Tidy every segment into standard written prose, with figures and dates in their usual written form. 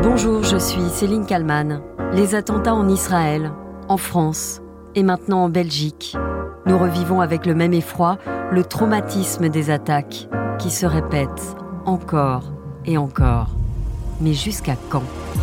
Bonjour, je suis Céline Kallmann. Les attentats en Israël, en France et maintenant en Belgique. Nous revivons avec le même effroi le traumatisme des attaques qui se répètent encore et encore. Mais jusqu'à quand ?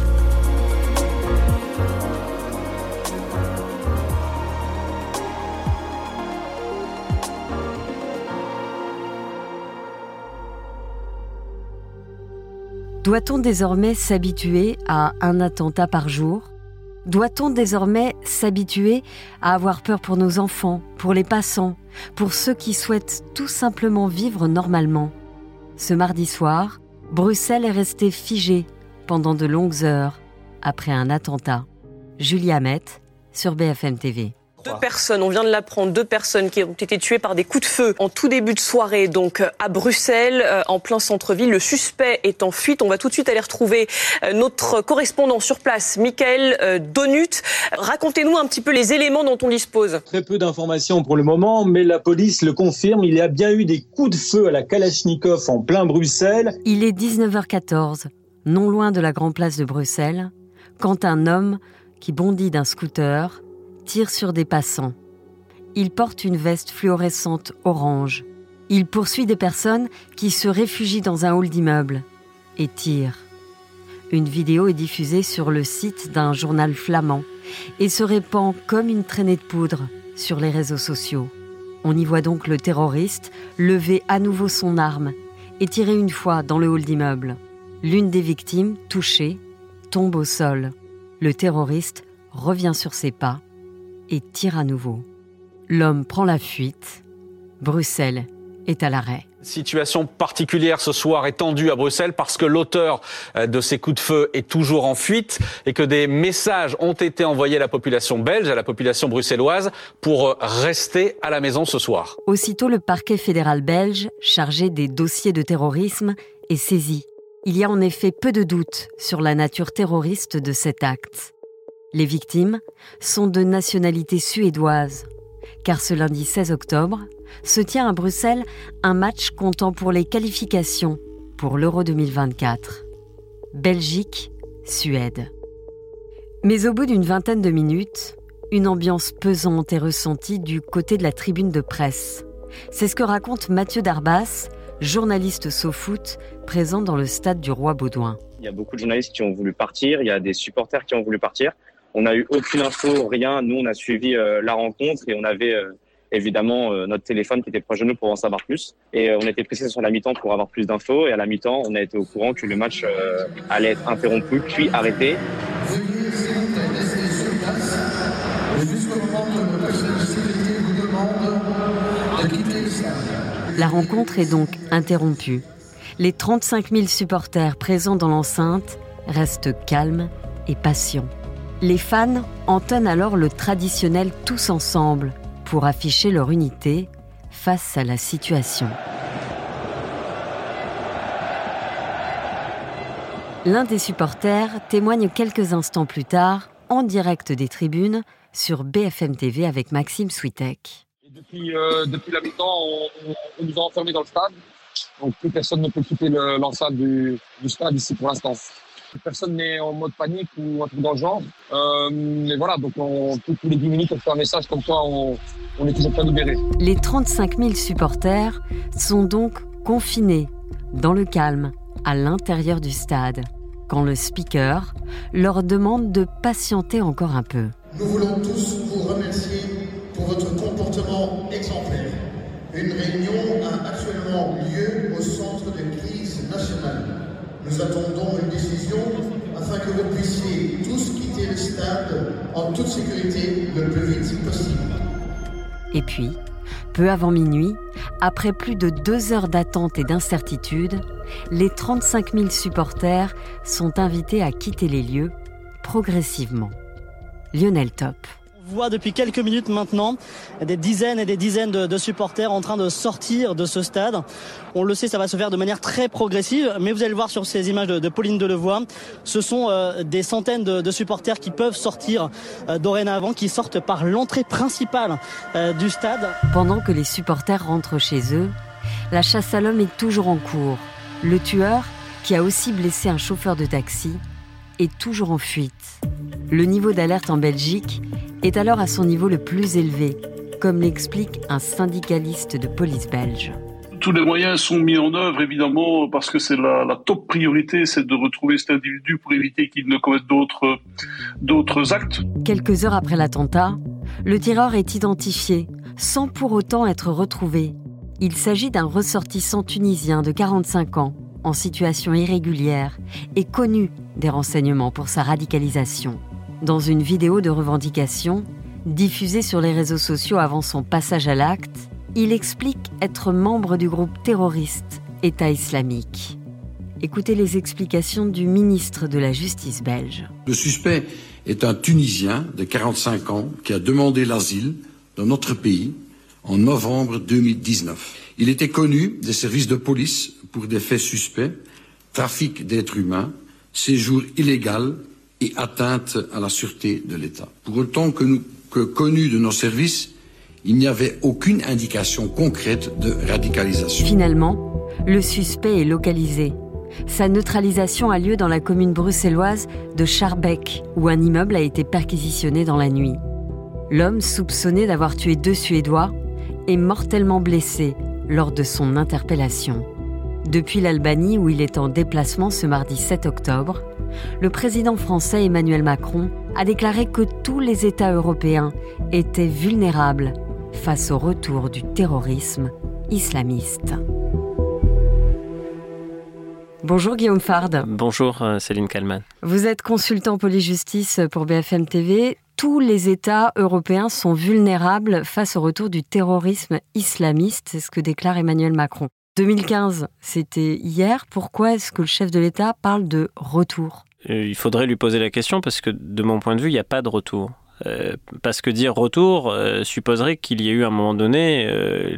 Doit-on désormais s'habituer à un attentat par jour ? Doit-on désormais s'habituer à avoir peur pour nos enfants, pour les passants, pour ceux qui souhaitent tout simplement vivre normalement ? Ce mardi soir, Bruxelles est restée figée pendant de longues heures après un attentat. Julie Hamet sur BFM TV. 2 personnes, on vient de l'apprendre, 2 personnes qui ont été tuées par des coups de feu en tout début de soirée, donc à Bruxelles, en plein centre-ville. Le suspect est en fuite. On va tout de suite aller retrouver notre correspondant sur place, Michael Donut. Racontez-nous un petit peu les éléments dont on dispose. Très peu d'informations pour le moment, mais la police le confirme. Il y a bien eu des coups de feu à la Kalachnikov en plein Bruxelles. Il est 19h14, non loin de la grande place de Bruxelles, quand un homme qui bondit d'un scooter tire sur des passants. Il porte une veste fluorescente orange. Il poursuit des personnes qui se réfugient dans un hall d'immeuble et tire. Une vidéo est diffusée sur le site d'un journal flamand et se répand comme une traînée de poudre sur les réseaux sociaux. On y voit donc le terroriste lever à nouveau son arme et tirer une fois dans le hall d'immeuble. L'une des victimes, touchée, tombe au sol. Le terroriste revient sur ses pas et tire à nouveau. L'homme prend la fuite. Bruxelles est à l'arrêt. Situation particulière ce soir est tendue à Bruxelles parce que l'auteur de ces coups de feu est toujours en fuite et que des messages ont été envoyés à la population belge, à la population bruxelloise pour rester à la maison ce soir. Aussitôt, le parquet fédéral belge, chargé des dossiers de terrorisme, est saisi. Il y a en effet peu de doute sur la nature terroriste de cet acte. Les victimes sont de nationalité suédoise, car ce lundi 16 octobre se tient à Bruxelles un match comptant pour les qualifications pour l'Euro 2024. Belgique-Suède. Mais au bout d'une vingtaine de minutes, une ambiance pesante est ressentie du côté de la tribune de presse. C'est ce que raconte Mathieu Darbas, journaliste SoFoot, présent dans le stade du Roi Baudouin. Il y a beaucoup de journalistes qui ont voulu partir, il y a des supporters qui ont voulu partir. On n'a eu aucune info, rien. Nous, on a suivi la rencontre et on avait évidemment notre téléphone qui était proche de nous pour en savoir plus. Et on était pressés sur la mi-temps pour avoir plus d'infos. Et à la mi-temps, on a été au courant que le match allait être interrompu, puis arrêté. Veuillez, s'il vous plaît, laisser sur place jusqu'au moment où le personnel de sécurité vous demande de quitter le stade. La rencontre est donc interrompue. Les 35 000 supporters présents dans l'enceinte restent calmes et patients. Les fans entonnent alors le traditionnel « tous ensemble » pour afficher leur unité face à la situation. L'un des supporters témoigne quelques instants plus tard, en direct des tribunes, sur BFM TV avec Maxime Switek. Depuis la mi-temps, on nous a enfermés dans le stade. Donc plus personne ne peut quitter l'enceinte du stade ici pour l'instant. Personne n'est en mode panique ou un truc dans le genre. Mais voilà, donc tous les 10 minutes, on fait un message comme quoi on est toujours pas libérés. Les 35 000 supporters sont donc confinés, dans le calme, à l'intérieur du stade, quand le speaker leur demande de patienter encore un peu. Nous voulons tous vous remercier pour votre comportement exemplaire. Une réunion a actuellement lieu au centre de crise nationale. Nous attendons une décision afin que vous puissiez tous quitter le stade en toute sécurité le plus vite possible. Et puis, peu avant minuit, après plus de 2 heures d'attente et d'incertitude, les 35 000 supporters sont invités à quitter les lieux progressivement. Lionel Top. On voit depuis quelques minutes maintenant des dizaines et des dizaines de supporters en train de sortir de ce stade. On le sait, ça va se faire de manière très progressive, mais vous allez le voir sur ces images de Pauline Delevoye, ce sont des centaines de supporters qui peuvent sortir dorénavant, qui sortent par l'entrée principale du stade. Pendant que les supporters rentrent chez eux, la chasse à l'homme est toujours en cours. Le tueur, qui a aussi blessé un chauffeur de taxi, est toujours en fuite. Le niveau d'alerte en Belgique est alors à son niveau le plus élevé, comme l'explique un syndicaliste de police belge. Tous les moyens sont mis en œuvre, évidemment, parce que c'est la top priorité, c'est de retrouver cet individu pour éviter qu'il ne commette d'autres actes. Quelques heures après l'attentat, le tireur est identifié, sans pour autant être retrouvé. Il s'agit d'un ressortissant tunisien de 45 ans, en situation irrégulière, et connu des renseignements pour sa radicalisation. Dans une vidéo de revendication, diffusée sur les réseaux sociaux avant son passage à l'acte, il explique être membre du groupe terroriste État islamique. Écoutez les explications du ministre de la Justice belge. Le suspect est un Tunisien de 45 ans qui a demandé l'asile dans notre pays en novembre 2019. Il était connu des services de police pour des faits suspects, trafic d'êtres humains, séjour illégal et atteinte à la sûreté de l'État. Pour autant que connu de nos services, il n'y avait aucune indication concrète de radicalisation. Finalement, le suspect est localisé. Sa neutralisation a lieu dans la commune bruxelloise de Schaerbeek, où un immeuble a été perquisitionné dans la nuit. L'homme soupçonné d'avoir tué 2 Suédois est mortellement blessé lors de son interpellation. Depuis l'Albanie, où il est en déplacement ce mardi 7 octobre, le président français Emmanuel Macron a déclaré que tous les États européens étaient vulnérables face au retour du terrorisme islamiste. Bonjour Guillaume Fard. Bonjour Céline Kallmann. Vous êtes consultant police-justice pour BFM TV. Tous les États européens sont vulnérables face au retour du terrorisme islamiste, c'est ce que déclare Emmanuel Macron. 2015, c'était hier. Pourquoi est-ce que le chef de l'État parle de retour ? Il faudrait lui poser la question parce que de mon point de vue, il n'y a pas de retour. Parce que dire retour supposerait qu'il y ait eu à un moment donné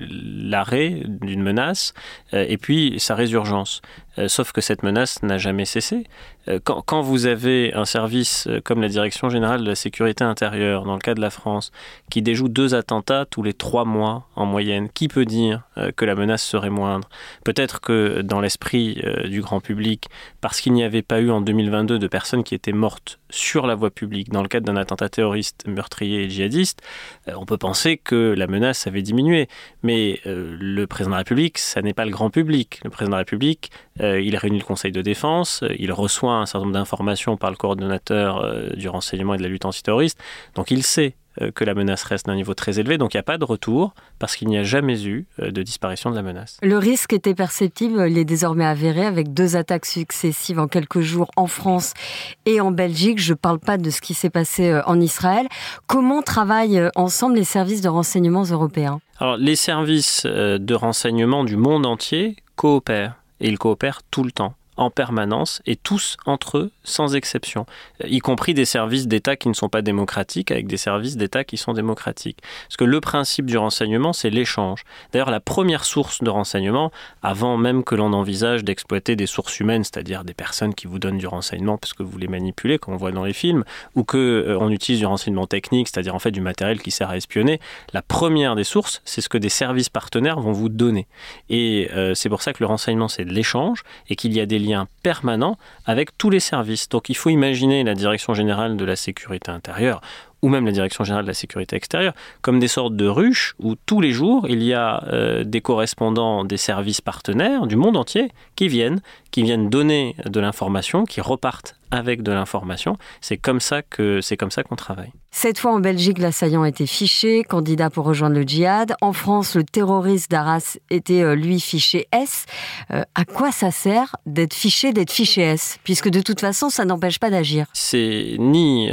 l'arrêt d'une menace et puis sa résurgence. Sauf que cette menace n'a jamais cessé. Quand vous avez un service comme la Direction Générale de la Sécurité Intérieure, dans le cas de la France, qui déjoue 2 attentats tous les 3 mois en moyenne, qui peut dire que la menace serait moindre ? Peut-être que dans l'esprit du grand public, parce qu'il n'y avait pas eu en 2022 de personnes qui étaient mortes sur la voie publique dans le cadre d'un attentat terroriste meurtrier et djihadiste, on peut penser que la menace avait diminué. Mais le président de la République, ça n'est pas le grand public. Le président de la République, il réunit le Conseil de défense, il reçoit un certain nombre d'informations par le coordonnateur du renseignement et de la lutte antiterroriste. Donc il sait que la menace reste d'un niveau très élevé. Donc il n'y a pas de retour parce qu'il n'y a jamais eu de disparition de la menace. Le risque était perceptible, il est désormais avéré avec 2 attaques successives en quelques jours en France et en Belgique. Je ne parle pas de ce qui s'est passé en Israël. Comment travaillent ensemble les services de renseignement européens ? Alors les services de renseignement du monde entier coopèrent et ils coopèrent tout le temps, en permanence, et tous entre eux, sans exception, y compris des services d'État qui ne sont pas démocratiques avec des services d'État qui sont démocratiques. Parce que le principe du renseignement, c'est l'échange. D'ailleurs, la première source de renseignement, avant même que l'on envisage d'exploiter des sources humaines, c'est-à-dire des personnes qui vous donnent du renseignement parce que vous les manipulez, comme on voit dans les films, ou qu'on utilise du renseignement technique, c'est-à-dire en fait du matériel qui sert à espionner, la première des sources, c'est ce que des services partenaires vont vous donner. Et c'est pour ça que le renseignement, c'est de l'échange et qu'il y a des liens permanents avec tous les services. Donc il faut imaginer la Direction Générale de la Sécurité Intérieure ou même la Direction Générale de la Sécurité Extérieure comme des sortes de ruches où tous les jours il y a des correspondants des services partenaires du monde entier qui viennent donner de l'information, qui repartent avec de l'information. C'est comme ça qu'on travaille. Cette fois en Belgique, l'assaillant était fiché, candidat pour rejoindre le djihad. En France, le terroriste d'Arras était, lui, fiché S. À quoi ça sert d'être fiché S ? Puisque de toute façon, ça n'empêche pas d'agir. C'est ni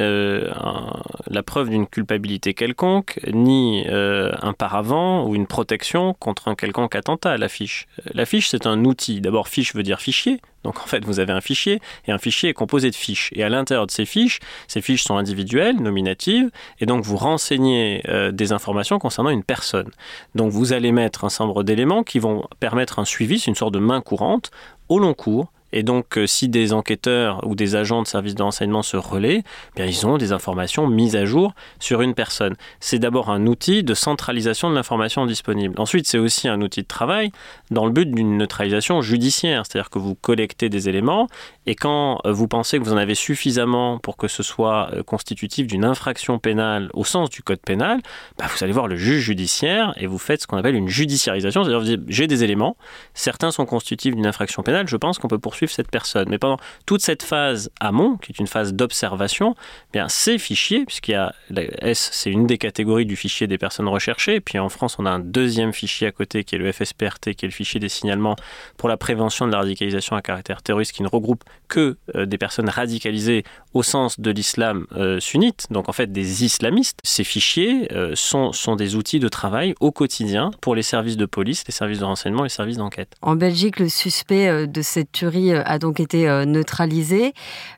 la preuve d'une culpabilité quelconque, ni un paravent ou une protection contre un quelconque attentat. La fiche, c'est un outil. D'abord, fiche veut dire fichier. Donc en fait, vous avez un fichier, et un fichier est composé de fiches. Et à l'intérieur de ces fiches sont individuelles, nominatives, et donc vous renseignez des informations concernant une personne. Donc vous allez mettre un certain nombre d'éléments qui vont permettre un suivi, c'est une sorte de main courante, au long cours, Et donc, si des enquêteurs ou des agents de services de renseignement se relaient, bien, ils ont des informations mises à jour sur une personne. C'est d'abord un outil de centralisation de l'information disponible. Ensuite, c'est aussi un outil de travail dans le but d'une neutralisation judiciaire, c'est-à-dire que vous collectez des éléments et quand vous pensez que vous en avez suffisamment pour que ce soit constitutif d'une infraction pénale au sens du code pénal, vous allez voir le juge judiciaire et vous faites ce qu'on appelle une judiciarisation, c'est-à-dire vous dites, j'ai des éléments, certains sont constitutifs d'une infraction pénale, je pense qu'on peut poursuivre cette personne. Mais pendant toute cette phase amont, qui est une phase d'observation, bien ces fichiers, puisqu'il y a la S, c'est une des catégories du fichier des personnes recherchées, et puis en France on a un deuxième fichier à côté qui est le FSPRT, qui est le fichier des signalements pour la prévention de la radicalisation à caractère terroriste, qui ne regroupe que des personnes radicalisées au sens de l'islam sunnite, donc en fait des islamistes. Ces fichiers sont des outils de travail au quotidien pour les services de police, les services de renseignement, les services d'enquête. En Belgique, le suspect de cette tuerie a donc été neutralisé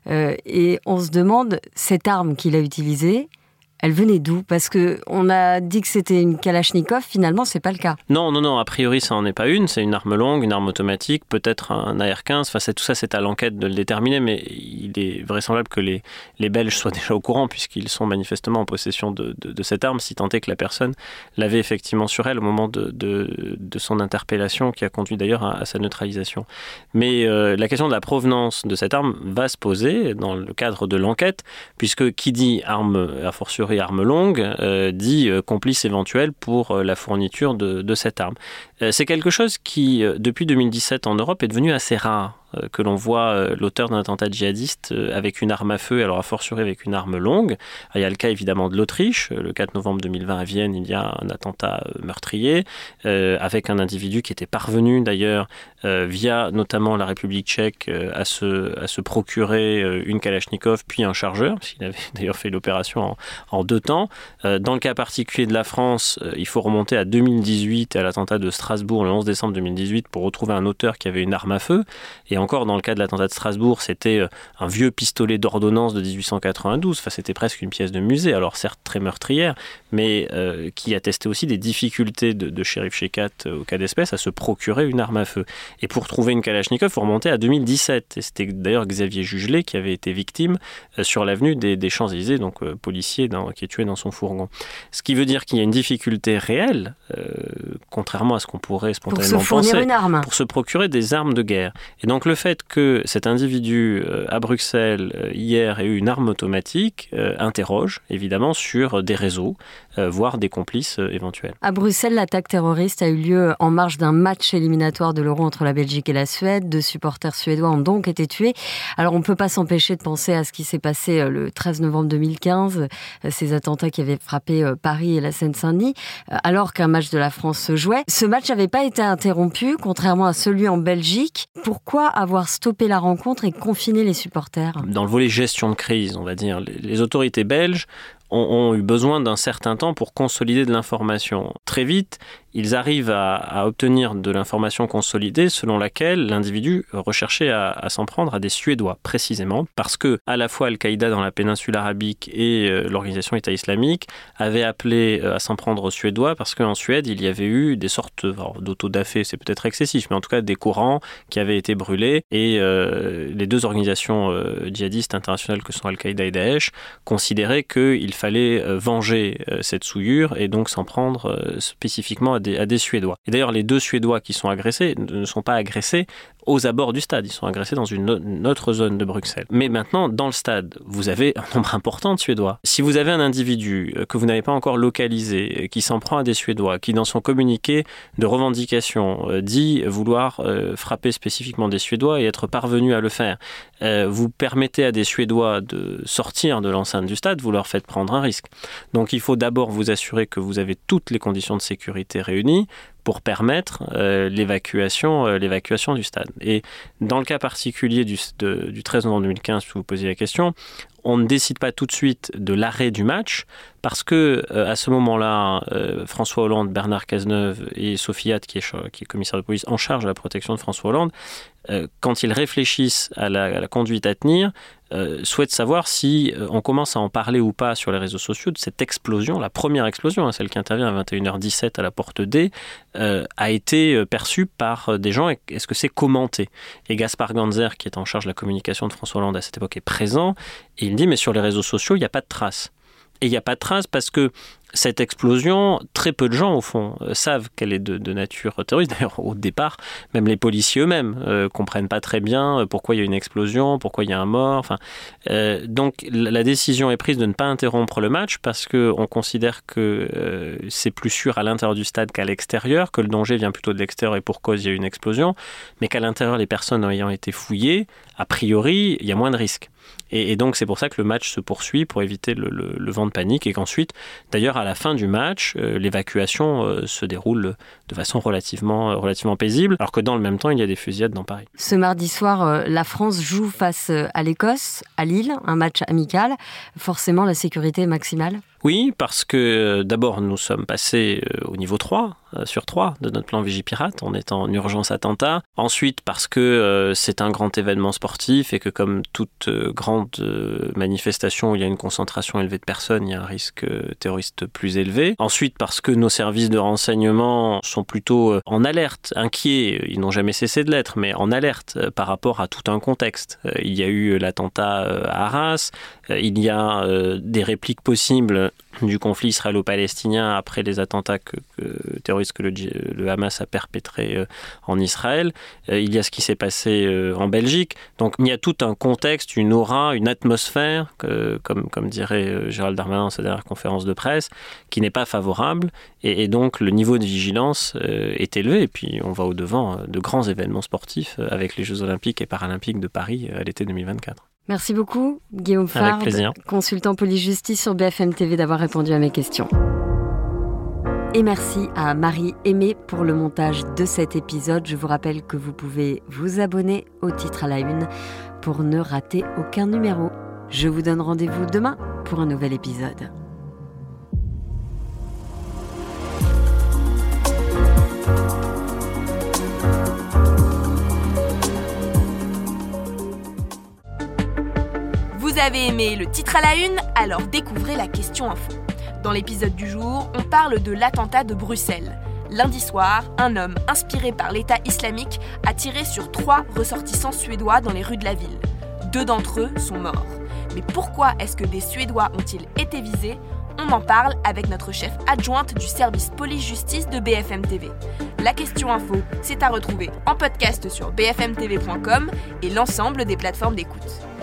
et on se demande, cette arme qu'il a utilisée, elle venait d'où ? Parce qu'on a dit que c'était une Kalachnikov, finalement, c'est pas le cas. Non, a priori, ça n'en est pas une. C'est une arme longue, une arme automatique, peut-être un AR-15. Enfin, tout ça, c'est à l'enquête de le déterminer, mais il est vraisemblable que les Belges soient déjà au courant, puisqu'ils sont manifestement en possession de cette arme, si tant est que la personne l'avait effectivement sur elle au moment de son interpellation, qui a conduit d'ailleurs à sa neutralisation. Mais la question de la provenance de cette arme va se poser dans le cadre de l'enquête, puisque qui dit arme, a fortiori arme longue, dit complice éventuel pour la fourniture de cette arme. C'est quelque chose qui, depuis 2017 en Europe, est devenu assez rare. Que l'on voit l'auteur d'un attentat djihadiste avec une arme à feu, alors a fortiori avec une arme longue. Il y a le cas évidemment de l'Autriche. Le 4 novembre 2020 à Vienne, il y a un attentat meurtrier avec un individu qui était parvenu d'ailleurs via notamment la République tchèque à se procurer une Kalachnikov puis un chargeur, parce qu'il avait d'ailleurs fait l'opération en 2 temps. Dans le cas particulier de la France, il faut remonter à 2018 et à l'attentat de Strasbourg le 11 décembre 2018 pour retrouver un auteur qui avait une arme à feu. Et encore, dans le cas de l'attentat de Strasbourg, c'était un vieux pistolet d'ordonnance de 1892. Enfin, c'était presque une pièce de musée, alors certes très meurtrière, mais qui attestait aussi des difficultés de Shérif Shekat, au cas d'espèce, à se procurer une arme à feu. Et pour trouver une Kalachnikov, il faut remonter à 2017. Et c'était d'ailleurs Xavier Jugelet qui avait été victime sur l'avenue des Champs-Élysées, donc policier qui est tué dans son fourgon. Ce qui veut dire qu'il y a une difficulté réelle, contrairement à ce qu'on pourrait spontanément penser, pour se procurer des armes de guerre. Et donc le fait que cet individu à Bruxelles hier ait eu une arme automatique interroge évidemment sur des réseaux, voire des complices éventuels. À Bruxelles, l'attaque terroriste a eu lieu en marge d'un match éliminatoire de l'Euro entre la Belgique et la Suède. 2 supporters suédois ont donc été tués. Alors on ne peut pas s'empêcher de penser à ce qui s'est passé le 13 novembre 2015, ces attentats qui avaient frappé Paris et la Seine-Saint-Denis, alors qu'un match de la France se jouait. Ce match n'avait pas été interrompu, contrairement à celui en Belgique. Pourquoi avoir stoppé la rencontre et confiné les supporters ? Dans le volet gestion de crise, on va dire, les autorités belges ont eu besoin d'un certain temps pour consolider de l'information. Très vite, ils arrivent à obtenir de l'information consolidée selon laquelle l'individu recherchait à s'en prendre à des Suédois, précisément, parce que à la fois Al-Qaïda dans la péninsule arabique et l'organisation État islamique avaient appelé à s'en prendre aux Suédois, parce qu'en Suède, il y avait eu des sortes d'autodafé, c'est peut-être excessif, mais en tout cas des courants qui avaient été brûlés, et les 2 organisations djihadistes internationales que sont Al-Qaïda et Daesh considéraient qu'il fallait venger cette souillure et donc s'en prendre spécifiquement à des Suédois. Et d'ailleurs, les 2 Suédois qui sont agressés ne sont pas agressés aux abords du stade. Ils sont agressés dans une autre zone de Bruxelles. Mais maintenant, dans le stade, vous avez un nombre important de Suédois. Si vous avez un individu que vous n'avez pas encore localisé, qui s'en prend à des Suédois, qui dans son communiqué de revendication dit vouloir frapper spécifiquement des Suédois et être parvenu à le faire, vous permettez à des Suédois de sortir de l'enceinte du stade, vous leur faites prendre un risque. Donc il faut d'abord vous assurer que vous avez toutes les conditions de sécurité réunies pour permettre l'évacuation du stade. Et dans le cas particulier du 13 novembre 2015, si vous posez la question, on ne décide pas tout de suite de l'arrêt du match parce que à ce moment-là, François Hollande, Bernard Cazeneuve et Sophie Hatt, qui est commissaire de police en charge de la protection de François Hollande, quand ils réfléchissent à la conduite à tenir, souhaitent savoir si on commence à en parler ou pas sur les réseaux sociaux de cette explosion, la première explosion, celle qui intervient à 21h17 à la porte D, a été perçue par des gens. Est-ce que c'est commenté ? Et Gaspard Ganzer, qui est en charge de la communication de François Hollande à cette époque, est présent, et il dit mais sur les réseaux sociaux, il n'y a pas de traces. Et il n'y a pas de traces parce que cette explosion, très peu de gens, au fond, savent qu'elle est de nature terroriste. D'ailleurs, au départ, même les policiers eux-mêmes ne comprennent pas très bien pourquoi il y a une explosion, pourquoi il y a un mort. Donc, la décision est prise de ne pas interrompre le match parce qu'on considère que c'est plus sûr à l'intérieur du stade qu'à l'extérieur, que le danger vient plutôt de l'extérieur et pour cause, il y a une explosion, mais qu'à l'intérieur, les personnes ayant été fouillées, a priori, il y a moins de risques. Et donc, c'est pour ça que le match se poursuit pour éviter le vent de panique et qu'ensuite, d'ailleurs, à la fin du match, l'évacuation se déroule de façon relativement paisible, alors que dans le même temps, il y a des fusillades dans Paris. Ce mardi soir, la France joue face à l'Écosse, à Lille, un match amical. Forcément, la sécurité est maximale ? Oui, parce que d'abord, nous sommes passés au niveau 3 sur 3 de notre plan Vigipirate. On est en urgence attentat. Ensuite, parce que c'est un grand événement sportif et que comme toute grande manifestation où il y a une concentration élevée de personnes, il y a un risque terroriste plus élevé. Ensuite, parce que nos services de renseignement sont plutôt en alerte, inquiets. Ils n'ont jamais cessé de l'être, mais en alerte par rapport à tout un contexte. Il y a eu l'attentat à Arras. Il y a des répliques possibles du conflit israélo-palestinien après les attentats terroristes que le Hamas a perpétrés en Israël. Il y a ce qui s'est passé en Belgique. Donc il y a tout un contexte, une aura, une atmosphère, comme dirait Gérald Darmanin dans sa dernière conférence de presse, qui n'est pas favorable. Et donc le niveau de vigilance est élevé. Et puis on va au-devant de grands événements sportifs avec les Jeux Olympiques et Paralympiques de Paris à l'été 2024. Merci beaucoup, Guillaume Fard, consultant police-justice sur BFM TV, d'avoir répondu à mes questions. Et merci à Marie Aimé pour le montage de cet épisode. Je vous rappelle que vous pouvez vous abonner au titre à la une pour ne rater aucun numéro. Je vous donne rendez-vous demain pour un nouvel épisode. Vous avez aimé le titre à la une? Alors découvrez la question info. Dans l'épisode du jour, on parle de l'attentat de Bruxelles. Lundi soir, un homme inspiré par l'État islamique a tiré sur 3 ressortissants suédois dans les rues de la ville. 2 d'entre eux sont morts. Mais pourquoi est-ce que des Suédois ont-ils été visés? On en parle avec notre chef adjointe du service police-justice de BFM TV. La question info, c'est à retrouver en podcast sur bfmtv.com et l'ensemble des plateformes d'écoute.